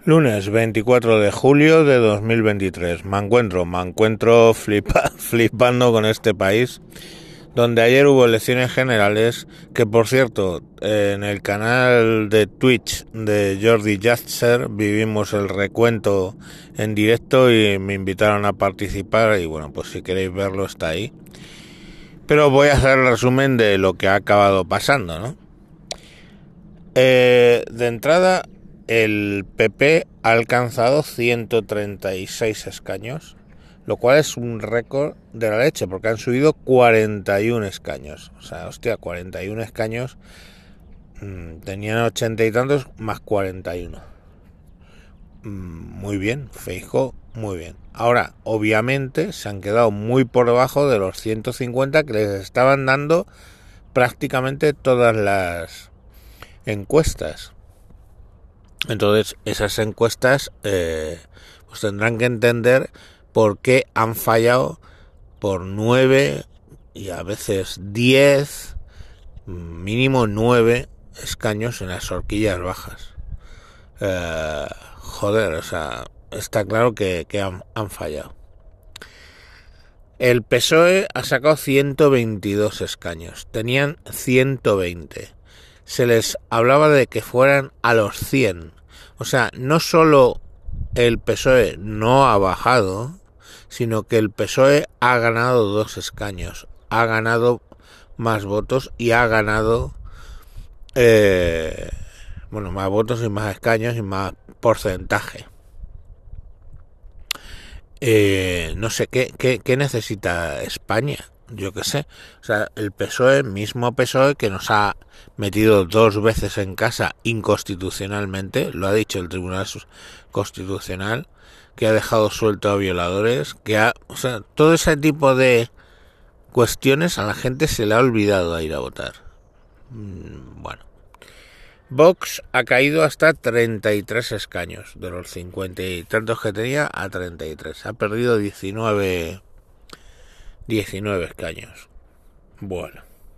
Lunes 24 de julio de 2023. Me encuentro flipando con este país, donde ayer hubo elecciones generales, que por cierto, en el canal de Twitch de Jordi Yatzer vivimos el recuento en directo y me invitaron a participar y bueno, pues si queréis verlo está ahí. Pero voy a hacer el resumen de lo que ha acabado pasando, ¿no? De entrada, el PP ha alcanzado 136 escaños, lo cual es un récord de la leche, porque han subido 41 escaños. O sea, hostia, 41 escaños, tenían 80 y tantos más 41. Muy bien, Feijóo, muy bien. Ahora, obviamente, se han quedado muy por debajo de los 150 que les estaban dando prácticamente todas las encuestas. Entonces, esas encuestas pues tendrán que entender por qué han fallado por 9 y a veces 10, mínimo 9 escaños en las horquillas bajas. Joder, o sea, está claro que han fallado. El PSOE ha sacado 122 escaños, tenían 120. Se les hablaba de que fueran a los 100. O sea, no solo el PSOE no ha bajado, sino que el PSOE ha ganado 2 escaños, ha ganado más votos y ha ganado más votos y más escaños y más porcentaje. No sé qué necesita España, yo qué sé. O sea, el PSOE, mismo PSOE que nos ha metido 2 veces en casa inconstitucionalmente, lo ha dicho el Tribunal Constitucional, que ha dejado suelto a violadores, o sea, todo ese tipo de cuestiones a la gente se le ha olvidado a ir a votar. Bueno. Vox ha caído hasta 33 escaños, de los 50 y tantos que tenía a 33. Ha perdido 19 escaños. Bueno.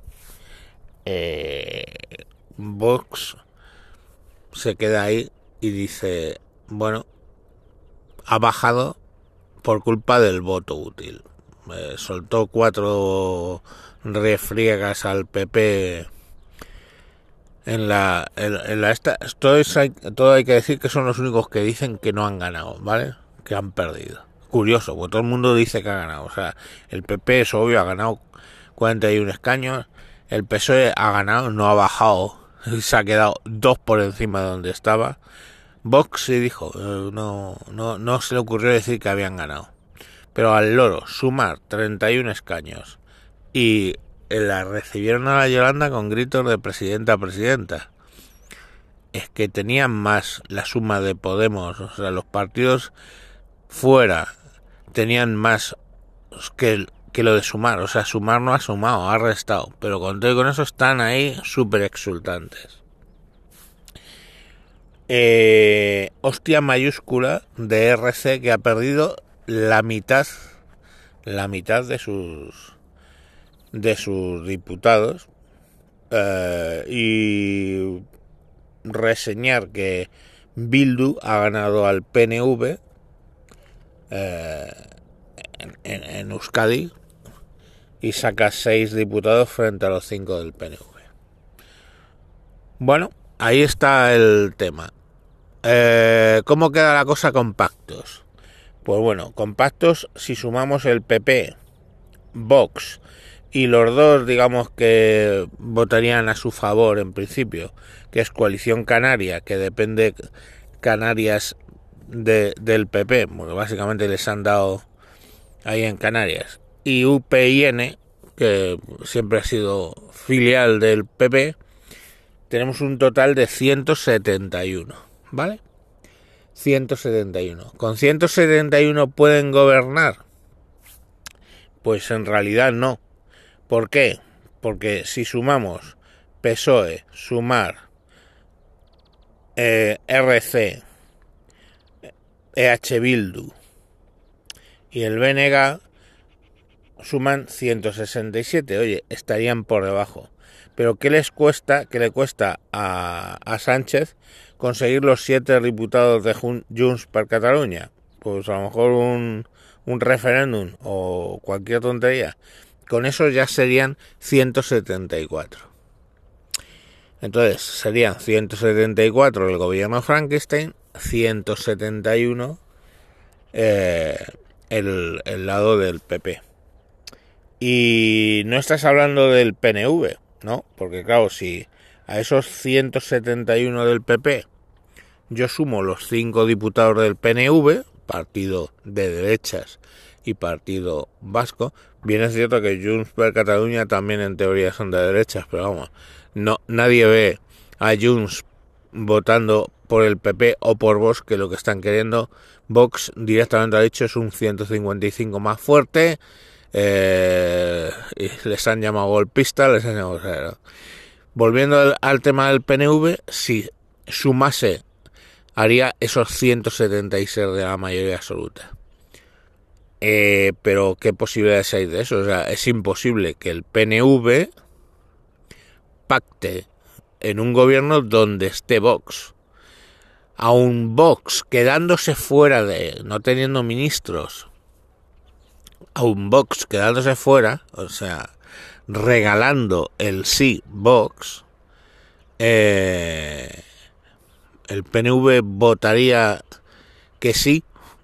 Vox se queda ahí y dice, bueno, ha bajado por culpa del voto útil. Soltó 4 refriegas al PP todo hay que decir que son los únicos que dicen que no han ganado, ¿vale? Que han perdido. Curioso, porque todo el mundo dice que ha ganado. O sea, el PP es obvio, ha ganado 41 escaños, el PSOE ha ganado, no ha bajado, se ha quedado 2 por encima de donde estaba. Vox sí dijo, no se le ocurrió decir que habían ganado. Pero al loro, sumar 31 escaños y la recibieron a la Yolanda con gritos de presidenta a presidenta. Es que tenían más la suma de Podemos, o sea, los partidos fuera tenían más que lo de sumar, o sea, sumar no ha sumado, ha restado, pero con todo y con eso están ahí súper exultantes. Hostia mayúscula de RC, que ha perdido la mitad de sus diputados, y reseñar que Bildu ha ganado al PNV en Euskadi y saca 6 diputados frente a los 5 del PNV. Bueno, ahí está el tema. ¿Cómo queda la cosa con pactos? Pues bueno, con pactos, si sumamos el PP, Vox y los dos, digamos, que votarían a su favor en principio, que es Coalición Canaria, que depende Canarias del PP, porque básicamente les han dado ahí en Canarias, y UPyN, que siempre ha sido filial del PP, tenemos un total de 171, ¿vale? 171. ¿Con 171 pueden gobernar? Pues en realidad no. ¿Por qué? Porque si sumamos PSOE, Sumar, RC, EH Bildu y el BNG, suman 167. Oye, estarían por debajo. Pero ¿qué les cuesta? ¿Qué le cuesta a Sánchez conseguir los 7 diputados de Junts per Catalunya. Pues a lo mejor un referéndum o cualquier tontería. Con eso ya serían 174. Entonces serían 174 el gobierno Frankenstein, 171 el lado del PP. Y no estás hablando del PNV, ¿no? Porque claro, si a esos 171 del PP yo sumo los 5 diputados del PNV, partido de derechas y partido vasco, bien es cierto que Junts per Catalunya también en teoría son de derechas, pero vamos, no, nadie ve a Junts votando por el PP o por Vox, que lo que están queriendo. Vox directamente ha dicho es un 155 más fuerte, y les han llamado golpistas, les han llamado... O sea, ¿no? Volviendo al tema del PNV, si sumase haría esos 176 de la mayoría absoluta. Pero ¿qué posibilidades hay de eso? O sea, es imposible que el PNV pacte en un gobierno donde esté Vox. A un Vox quedándose fuera de, no teniendo ministros, a un Vox quedándose fuera, o sea, regalando el sí Vox, el PNV votaría que sí,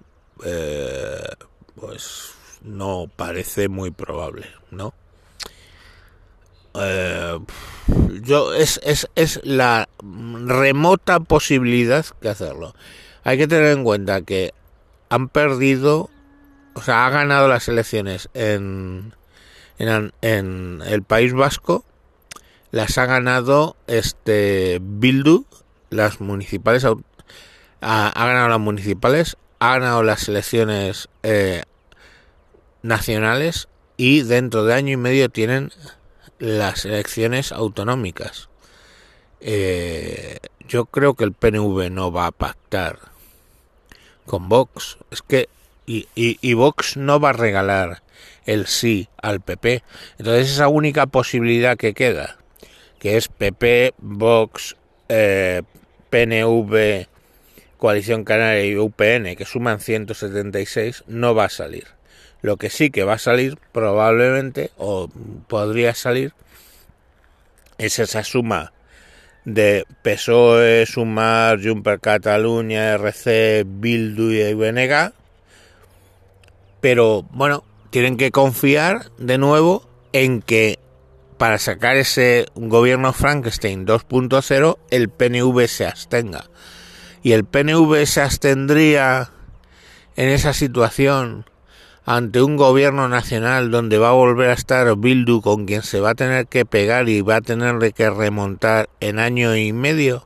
pues no parece muy probable, ¿no? Es la remota posibilidad de hacerlo. Hay que tener en cuenta que han perdido, o sea, ha ganado las elecciones en el País Vasco, las ha ganado Bildu, las municipales, ha ganado las municipales, ha ganado las elecciones nacionales y dentro de año y medio tienen las elecciones autonómicas. Yo creo que el PNV no va a pactar con Vox. Es que y Vox no va a regalar el sí al PP. Entonces esa única posibilidad que queda, que es PP, Vox, PNV, Coalición Canaria y UPN, que suman 176, no va a salir. Lo que sí que va a salir probablemente, o podría salir, es esa suma de PSOE, Sumar, Junts per Catalunya, RC, Bildu y BNG. Pero bueno, tienen que confiar de nuevo en que para sacar ese gobierno Frankenstein 2.0 el PNV se abstenga. Y el PNV se abstendría en esa situación ante un gobierno nacional donde va a volver a estar Bildu, con quien se va a tener que pegar y va a tener que remontar en año y medio.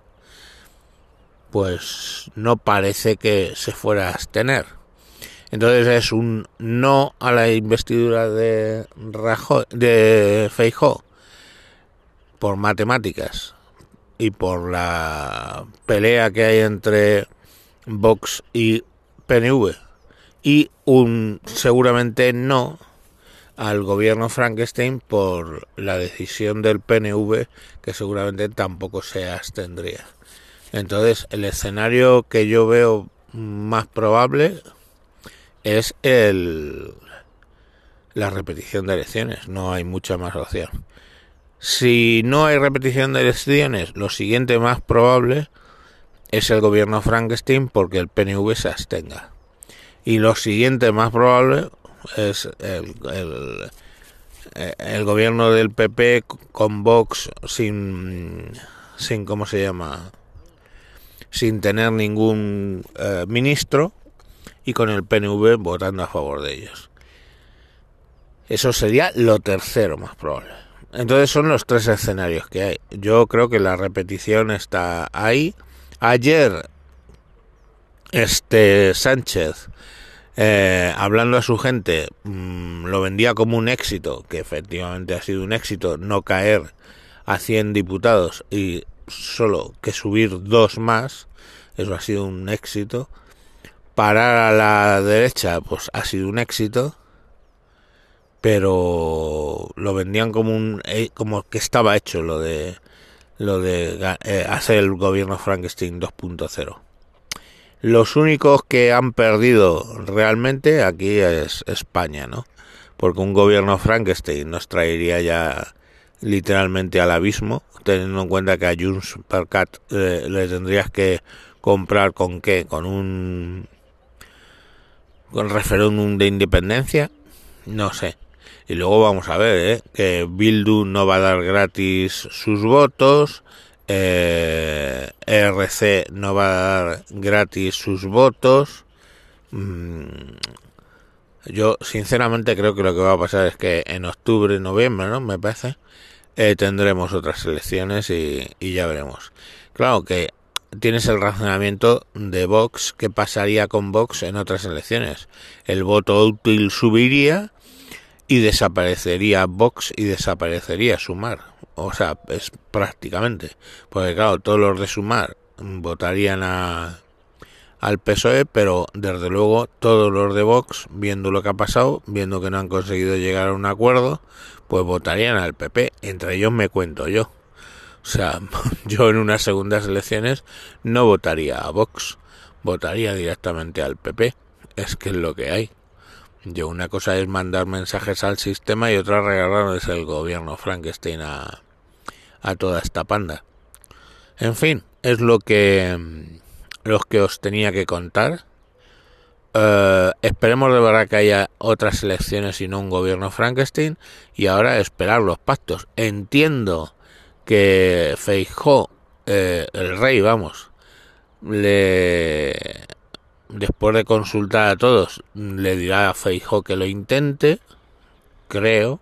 Pues no parece que se fuera a abstener. Entonces es un no a la investidura de Feijóo por matemáticas y por la pelea que hay entre Vox y PNV, y un seguramente no al gobierno Frankenstein por la decisión del PNV, que seguramente tampoco se abstendría. Entonces el escenario que yo veo más probable es la repetición de elecciones. No hay mucha más opción. Si no hay repetición de elecciones, lo siguiente más probable es el gobierno Frankenstein, porque el PNV se abstenga. Y lo siguiente más probable es el gobierno del PP con Vox sin ¿cómo se llama? Sin tener ningún ministro, y con el PNV votando a favor de ellos. Eso sería lo tercero más probable. Entonces son los 3 escenarios que hay. Yo creo que la repetición está ahí. Ayer Sánchez, hablando a su gente, lo vendía como un éxito, que efectivamente ha sido un éxito no caer a 100 diputados y solo que subir 2 más. Eso ha sido un éxito. Parar a la derecha pues ha sido un éxito, pero lo vendían como que estaba hecho lo de lo de hacer el gobierno Frankenstein 2.0. Los únicos que han perdido realmente aquí es España, ¿no? Porque un gobierno Frankenstein nos traería ya literalmente al abismo, teniendo en cuenta que a Junts per Cat le tendrías que comprar con qué, con referéndum de independencia, no sé. Y luego vamos a ver, que Bildu no va a dar gratis sus votos, ERC no va a dar gratis sus votos. Yo sinceramente creo que lo que va a pasar es que en octubre, noviembre, ¿no? Me parece, tendremos otras elecciones y ya veremos. Claro que tienes el razonamiento de Vox, ¿qué pasaría con Vox en otras elecciones? El voto útil subiría y desaparecería Vox y desaparecería Sumar. O sea, es prácticamente. Porque claro, todos los de Sumar votarían al PSOE, pero desde luego todos los de Vox, viendo lo que ha pasado, viendo que no han conseguido llegar a un acuerdo, pues votarían al PP. Entre ellos me cuento yo. O sea, yo en unas segundas elecciones no votaría a Vox, votaría directamente al PP. Es que es lo que hay. Yo una cosa es mandar mensajes al sistema y otra regalarles el gobierno Frankenstein a toda esta panda. En fin, es lo que os tenía que contar. Esperemos de verdad que haya otras elecciones y no un gobierno Frankenstein. Y ahora esperar los pactos. Entiendo que Feijóo, el rey, vamos, después de consultar a todos, le dirá a Feijóo que lo intente, creo.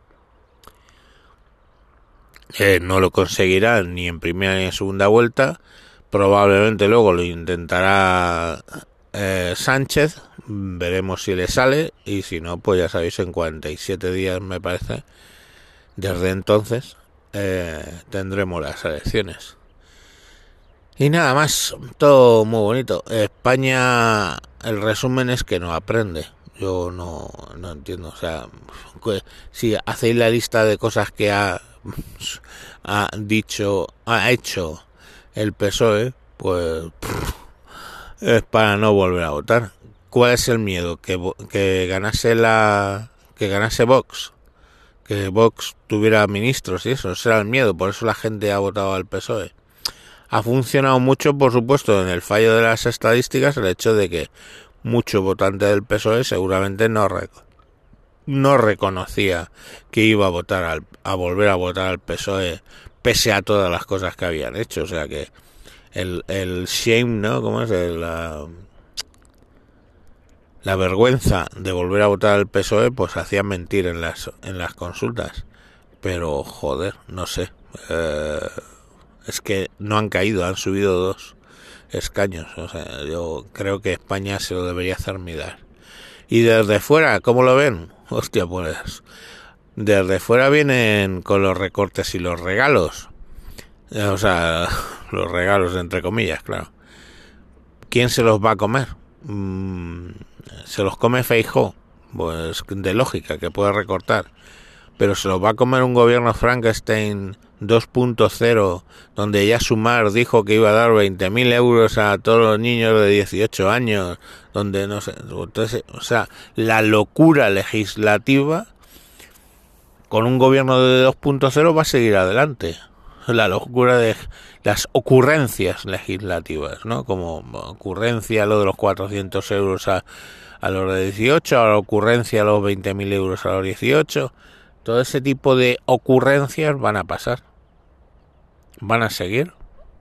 No lo conseguirá ni en primera ni en segunda vuelta. Probablemente luego lo intentará Sánchez. Veremos si le sale. Y si no, pues ya sabéis, en 47 días me parece, desde entonces, tendremos las elecciones. Y nada más, todo muy bonito. España, el resumen es que no aprende. Yo no entiendo. O sea, si hacéis la lista de cosas que ha hecho el PSOE, pues es para no volver a votar. ¿Cuál es el miedo? Que ganase Vox, que Vox tuviera ministros y eso. Ese era el miedo. Por eso la gente ha votado al PSOE. Ha funcionado mucho, por supuesto, en el fallo de las estadísticas, el hecho de que mucho votante del PSOE seguramente no reconocía que iba a volver a votar al PSOE pese a todas las cosas que habían hecho. O sea que el shame, ¿no? ¿Cómo es? La vergüenza de volver a votar al PSOE, pues hacía mentir en las consultas. Pero joder, no sé. Es que no han caído, han subido 2 escaños. O sea, yo creo que España se lo debería hacer mirar. Y desde fuera, ¿cómo lo ven? Hostia, pues desde fuera vienen con los recortes y los regalos. O sea, los regalos entre comillas, claro. ¿Quién se los va a comer? ¿Se los come Feijóo? Pues de lógica, que puede recortar. Pero se los va a comer un gobierno Frankenstein 2.0, donde ya Sumar dijo que iba a dar 20.000 euros a todos los niños de 18 años, donde no sé, entonces, o sea, la locura legislativa con un gobierno de 2.0 va a seguir adelante. La locura de las ocurrencias legislativas, ¿no? Como ocurrencia lo de los 400 euros a los de 18, a la ocurrencia a los 20.000 euros a los 18. Todo ese tipo de ocurrencias van a pasar, van a seguir.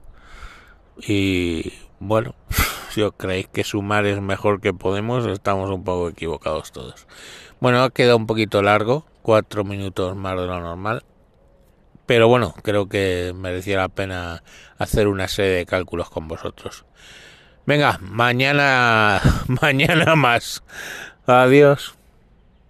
Y bueno, si os creéis que Sumar es mejor que Podemos, estamos un poco equivocados todos. Bueno, ha quedado un poquito largo, 4 minutos más de lo normal. Pero bueno, creo que merecía la pena hacer una serie de cálculos con vosotros. Venga, mañana más. Adiós.